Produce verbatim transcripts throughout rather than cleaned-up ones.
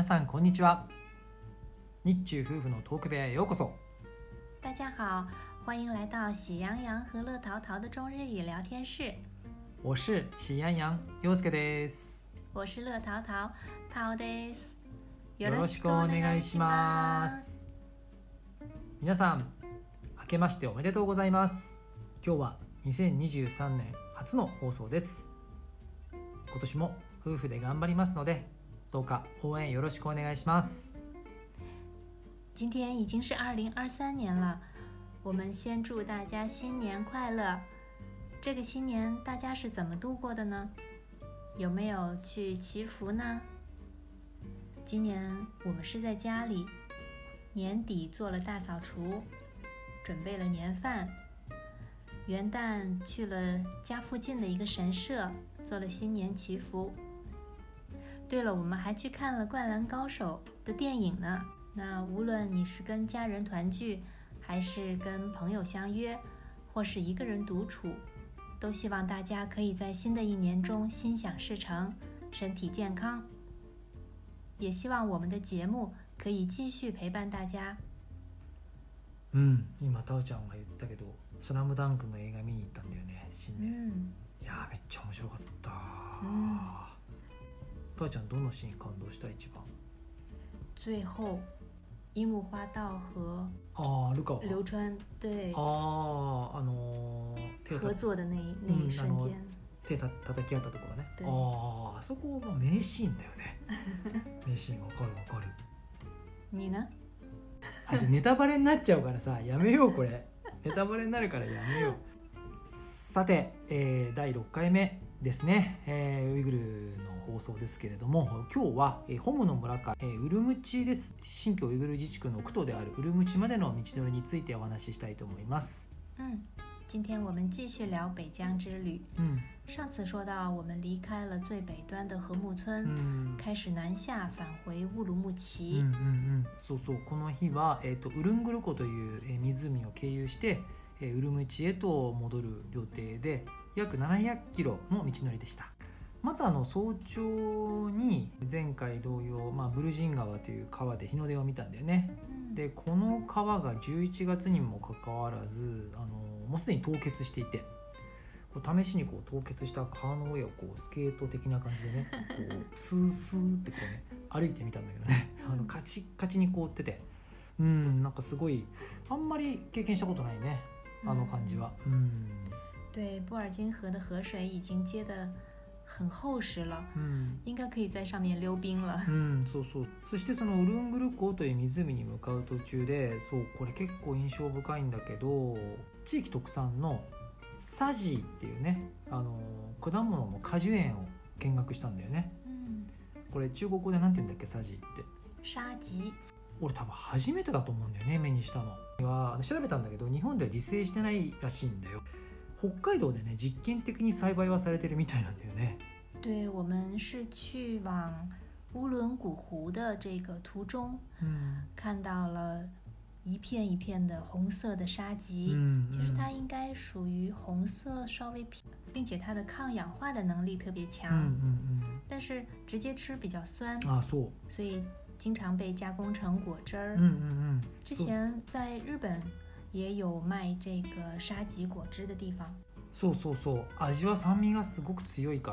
さんこんにちは。日中夫婦のトーク部屋へようこそ。 大家好，欢迎来到喜羊羊和乐淘淘的中日语聊天室。 我是喜羊羊陽介です。 我是乐淘淘淘です。 よろしくお願いします。皆さん明けましておめでとうございます。今日はにせんにじゅうさんねん初の放送です。今年も夫婦で頑張りますので、どうか応援よろしくお願いします。 今天已经是二零二三年了，我们先祝大家新年快乐。这个新年大家是怎么度过的呢？有没有去祈福呢？今年我们是在家里，年底做了大扫除，准备了年饭。元旦去了家附近的一个神社，做了新年祈福。对了，我们还去看了《灌篮高手》的电影呢。那无论你是跟家人团聚，还是跟朋友相约，或是一个人独处，都希望大家可以在新的一年中心想事成，身体健康。也希望我们的节目可以继续陪伴大家。 うん、今タオちゃんが言ったけど、スラムダンクの映画見に行ったんだよね、新年。 うん、 いやーめっちゃ面白かった。 うん、 タオちゃんどのシーン感動した一番？ 最後樱木花道和あールカワ流川对あーあのー、手をた合作的那一那一瞬間、 手た叩き合ったところね。 对あああそこも名シーンだよね。名シーンわかるわかる。 你呢？ あ、じゃあネタバレになっちゃうからさ、やめようこれ。ネタバレになるからやめよう。さて、えー、だいろっかいめですね、えー、ウイグルの放送ですけれども、今日は、えー、ホムの村から、えー、ウルムチです。新疆ウイグル自治区の区都であるウルムチまでの道のりについてお話ししたいと思います。 嗯，今天我们继续聊北疆之旅。 嗯， 上次说到我们离开了最北端的和睦村， 嗯开始南下返回乌鲁木齐。 うんうんうん、そうそう、この日は、えー、とウルングル湖という、えー湖を経由して、えーウルムチへと戻る予定で、約ななひゃくキロの道のりでした。まずあの早朝に前回同様、まあ、ブルジン川という川で日の出を見たんだよね。でこの川がじゅういちがつにもかかわらず、あのもうすでに凍結していて、こう試しにこう凍結した川の上をこうスケート的な感じでね、こうスースーってこうね歩いてみたんだけどね、あのカチッカチに凍ってて、うんなんかすごいあんまり経験したことないね、あの感じは。うん。 对，布尔津河的河水已经结得很厚实了， うん应该可以在上面溜冰了。 うん、そうそう。そしてそのウルングル湖という湖に向かう途中で、そうこれ結構印象深いんだけど、地域特産のサジーっていうね、あの果物の果樹園を見学したんだよね。 嗯， これ中国語でなんて言うんだっけ、サジーって。 沙棘。 俺多分初めてだと思うんだよね、目にしたのは。調べたんだけど日本では自生してないらしいんだよ。北海道でね実験的に栽培はされてるみたいなんだよね。 对，我们是去往乌伦古湖的这个途中， 嗯， 看到了一片一片的红色的沙棘。 嗯， 其实它应该属于红色稍微偏，并且它的抗氧化的能力特别强。 嗯嗯嗯， 但是直接吃比较酸啊，そう。 所以经常被加工成果汁儿。 嗯嗯嗯。 之前在日本也有卖这个沙棘果汁的地方。 そうそうそう、味は酸味がすごく強いから、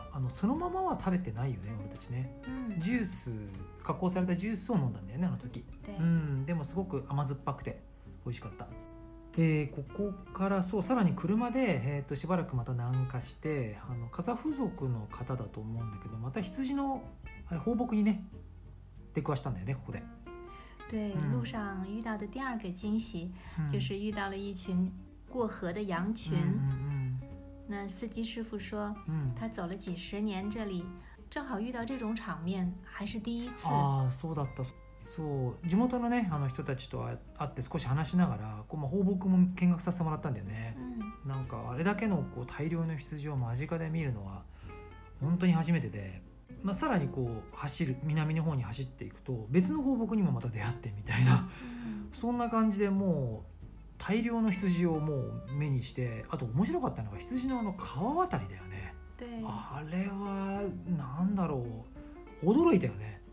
あのそのままは食べてないよね俺たちね。 うん、 ジュース加工されたジュースを飲んだんだよねあの時。うん、でもすごく甘酸っぱくて美味しかった。えー、ここからそうさらに車で、えー、としばらくまた南下して、あのカザフ族の方だと思うんだけど、また羊のあれ放牧にね出くわしたんだよねここで。 对、 嗯、 路上遇到的第二个惊喜、 嗯、 就是遇到了一群过河的羊群。 嗯嗯嗯、 那司机师傅说、 嗯、 他走了几十年这里，正好遇到这种场面还是第一次。 ああそうだった。そう地元のねあの人たちと会って少し話しながら、こう、まあ、放牧も見学させてもらったんだよね。 うん、 なんかあれだけのこう大量の羊を間近で見るのは本当に初めてで、まあ、さらにこう走る南の方に走っていくと別の放牧にもまた出会ってみたいな、うん、そんな感じでもう大量の羊をもう目にして、あと面白かったのが羊のあの川渡りだよね。あれはなんだろう、驚いたよね。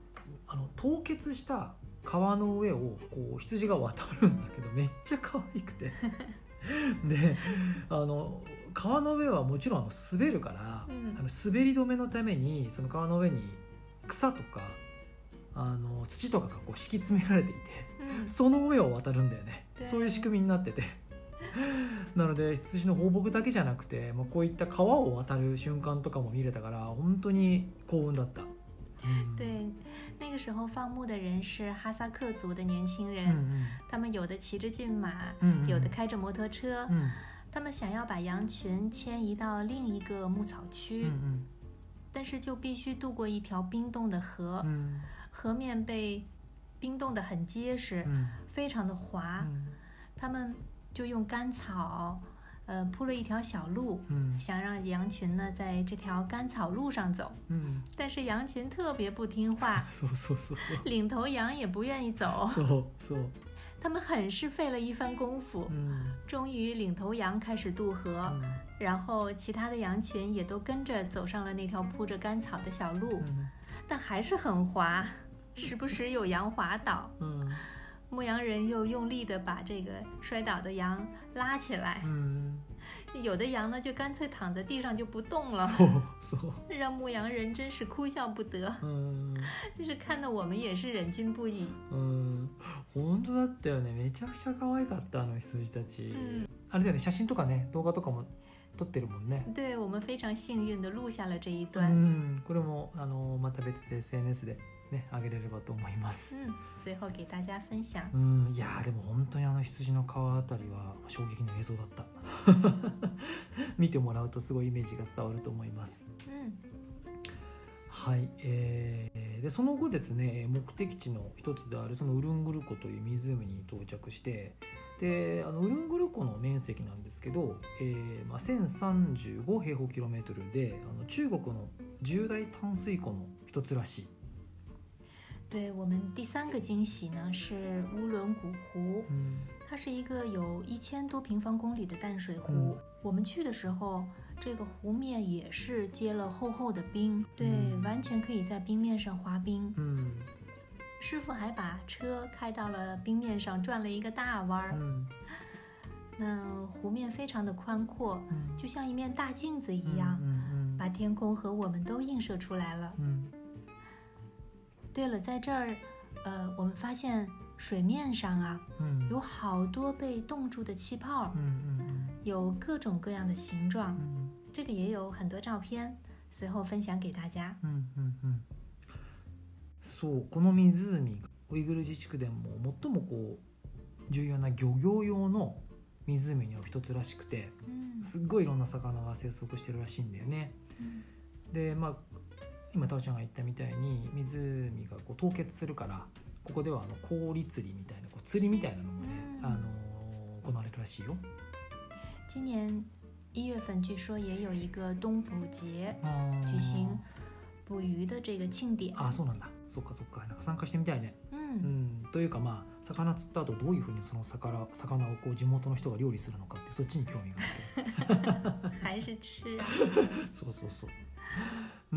あの凍結した川の上をこう羊が渡るんだけどめっちゃ可愛くてであの川の上はもちろんあの滑るから、うん、あの滑り止めのためにその川の上に草とかあの土とかがこう敷き詰められていて、うん、その上を渡るんだよね。そういう仕組みになっててなので羊の放牧だけじゃなくて、まあ、こういった川を渡る瞬間とかも見れたから本当に幸運だった。 对，那个时候放牧的人是哈萨克族的年轻人，嗯、他们有的骑着骏马，嗯、有的开着摩托车，嗯、他们想要把羊群迁移到另一个牧草区，嗯、但是就必须渡过一条冰冻的河，嗯、河面被冰冻得很结实，嗯、非常的滑，嗯、他们就用干草。呃，铺了一条小路，嗯，想让羊群呢在这条干草路上走，嗯，但是羊群特别不听话，领头羊也不愿意走，他们很是费了一番功夫，嗯，终于领头羊开始渡河，嗯，然后其他的羊群也都跟着走上了那条铺着干草的小路，嗯，但还是很滑，时不时有羊滑倒，嗯。牧羊人又用力地把这个摔倒的羊拉起来，嗯，有的羊呢就干脆躺在地上就不动了，让牧羊人真是哭笑不得。嗯，就是看得我们也是忍俊不已。 嗯，本当だったよね。めちゃくちゃ可愛かったあの羊たち。嗯、あれだよね、写真とかね、動画とかも撮ってるもんね。 对，我们非常幸运地录下了这一段。 嗯、これもあのまた別で エスエヌエス で。ね、あげれればと思います。 うん、随後给大家分享。 うん、いやでも本当にあの羊の皮あたりは衝撃の映像だった。見てもらうとすごいイメージが伝わると思います。うん、はい、えー、でその後ですね、目的地の一つであるそのウルングル湖という湖に到着して、であのウルングル湖の面積なんですけど、えーまあ、せんさんじゅうご平方キロメートルであの中国の十大淡水湖の一つらしい。 对，我们第三个惊喜呢是乌伦古湖，嗯、它是一个有一千多平方公里的淡水湖。嗯、我们去的时候，这个湖面也是结了厚厚的冰，对，嗯、完全可以在冰面上滑冰。嗯，师傅还把车开到了冰面上转了一个大弯。嗯，那湖面非常的宽阔，嗯、就像一面大镜子一样，嗯嗯嗯、把天空和我们都映射出来了。嗯。对了，在这儿，呃，我们发现水面上啊，嗯、有好多被冻住的气泡，嗯嗯嗯、有各种各样的形状，嗯、这个也有很多照片，随后分享给大家。嗯嗯嗯。 そう、この湖がウイグル自治区でも最もこう重要な漁業用の湖の一つらしくて、うん、すっごいいろんな魚が生息してるらしいんだよね。うん、で、まあ。今タオちゃんが言ったみたいに湖がこう凍結するからここではあの氷釣りみたいなこう釣りみたいなのもね、うん、あの行われるらしいよ。 今年一月份据说也有一个冬捕节举行捕鱼的这个庆典。 あ、そうなんだ。そっかそっか。なんか参加してみたいね。うん。うん、というかまあ魚釣った後どういうふうにその魚魚をこう地元の人が料理するのかってそっちに興味があって。 还是吃。 そうそうそう。うん、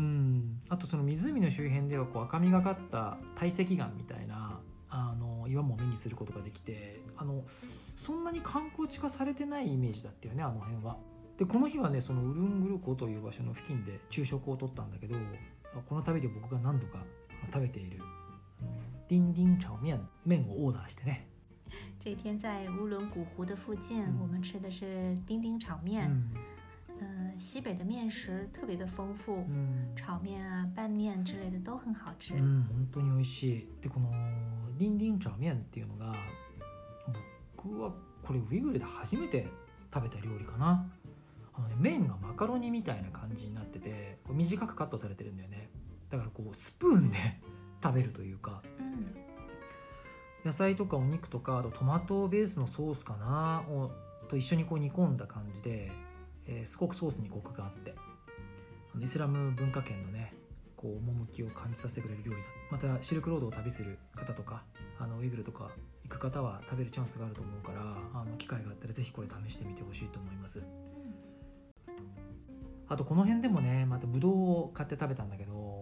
あとその湖の周辺ではこう赤みがかった堆積岩みたいなあの岩も目にすることができて、あのそんなに観光地化されてないイメージだったよね、あの辺は。でこの日はね、そのウルングル湖という場所の付近で昼食をとったんだけど、この旅で僕が何度か食べているディンディン炒面麺をオーダーしてね。 这天在乌伦古湖的附近，嗯、我们吃的是丁丁炒面。嗯呃、西北的面食特别的丰富，嗯、炒面啊、拌面之类的都很好吃。 うん、本当に美味しい。でこのディンディン炒面っていうのが僕はこれウイグルで初めて食べた料理かな。あのね、麺がマカロニみたいな感じになっててこう短くカットされてるんだよね。だからこうスプーンで食べるというか、うん、野菜とかお肉とかあとトマトベースのソースかなをと一緒にこう煮込んだ感じで、えー、すごくソースにコクがあってイスラム文化圏のねこう趣を感じさせてくれる料理だ。またシルクロードを旅する方とかあのウイグルとか行く方は食べるチャンスがあると思うからあの機会があったらぜひこれ試してみてほしいと思います。あとこの辺でもねまたブドウを買って食べたんだけど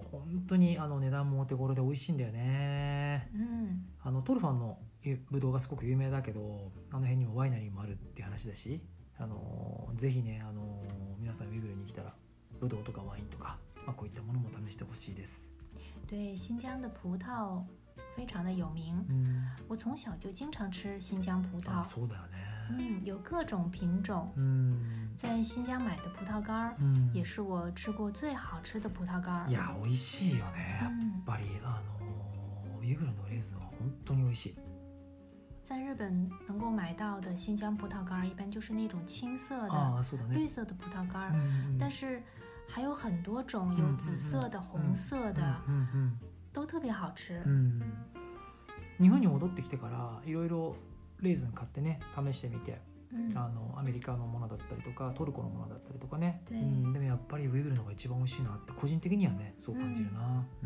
本当にあの値段もお手頃で美味しいんだよね。 嗯あのトルファンのブドウがすごく有名だけど、あの辺にもワイナリーもあるっていう話だし、あのぜひね、あの皆さんウイグルに来たらブドウとかワインとか、まあ、こういったものも試してほしいです。 对，新疆的葡萄非常的有名。 嗯， 我从小就经常吃新疆葡萄。 あ、そうだよね。 嗯，有各种品种。 嗯， 在新疆买的葡萄干儿， 嗯也是我吃过最好吃的葡萄干儿。 いや美味しいよね。やっ嗯， ぱりあのウイグルのレーズンは本当に美味しい。 在日本能够买到的新疆葡萄干儿，一般就是那种青色的、 ああ、そうだね。 绿色的葡萄干儿。 うんうん、 但是还有很多种，有紫色的、红色的， うんうん都特别好吃。 うん、日本に戻ってきてからいろいろレーズン買ってね試してみて、 嗯あのアメリカのものだったりとかトルコのものだったりとかね、 对うん、でもやっぱりウイグルの方が一番美味しいなって個人的にはねそう感じるな。うん、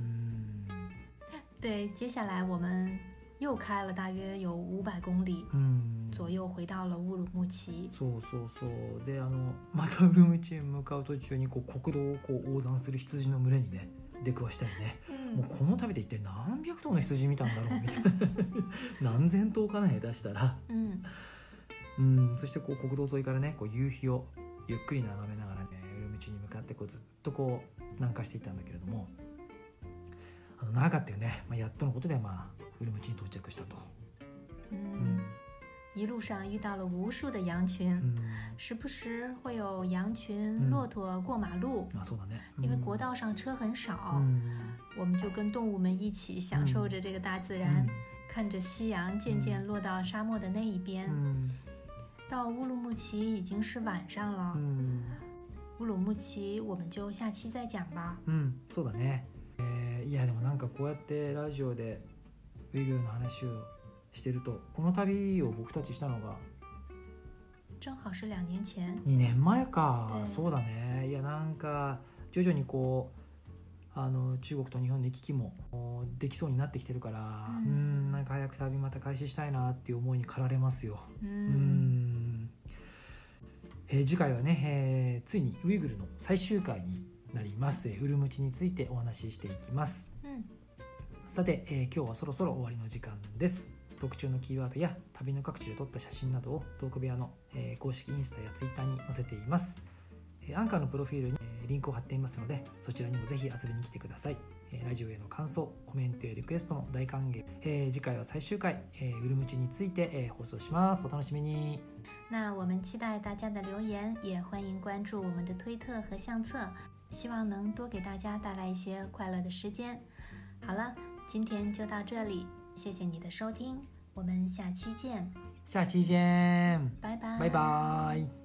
对，接下来我们又开了大约有五百公里うん、 左右，回到了乌鲁木齐。 そうそうそうで、あのまたウルムチへ向かう途中にこう国道をこう横断する羊の群れにね出くわしたりね、 嗯もうこの旅で一体何百頭の羊見たんだろうみたいな何千頭かな下手したら、 嗯うん、そしてこう国道沿いからねこう夕日をゆっくり眺めながらねウルムチに向かってこうずっとこう南下していったんだけれども、あの長かったよね、まあ、やっとのことで、まあ、ウルムチに到着したと。 嗯，一路上遇到了无数的羊群， うん时不时会有羊群、 嗯骆驼过马路。 まあそうだね、 因为国道上车很少， うん我们就跟动物们一起享受着这个大自然，看着夕阳渐渐落到沙漠的那一边。 うん到乌鲁木齐已经是晚上了， うん乌鲁木齐我们就下期再讲吧。 うんそうだね、えーいやでもなんかこうやってラジオでウイグルの話をしてると、この旅を僕たちしたのが正好是两年前。 にねんまえか。 でそうだね。いやなんか徐々にこうあの中国と日本の行き来もおできそうになってきてるから、 ううんんなんか早く旅また開始したいなっていう思いに駆られますよ。 ううんん、えー次回はね、えーついにウイグルの最終回になります。えーウルムチについてお話ししていきます。 嗯さて、えー今日はそろそろ終わりの時間です。特徴のキーワードや旅の各地で撮った写真などをトーク部屋の、えー公式インスタやツイッターに載せています。えーアンカーのプロフィールに、えーリンクを貼っていますので、そちらにもぜひ遊びに来てください。えーラジオへの感想、コメントやリクエストも大歓迎。えー次回は最終回、えーウルムチについて、えー放送します。お楽しみに。 那我们期待大家的留言，也欢迎关注我们的推特和相册，希望能多给大家带来一些快乐的时间。好了，今天就到这里，谢谢你的收听，我们下期见， 下期见， 拜拜， 拜拜。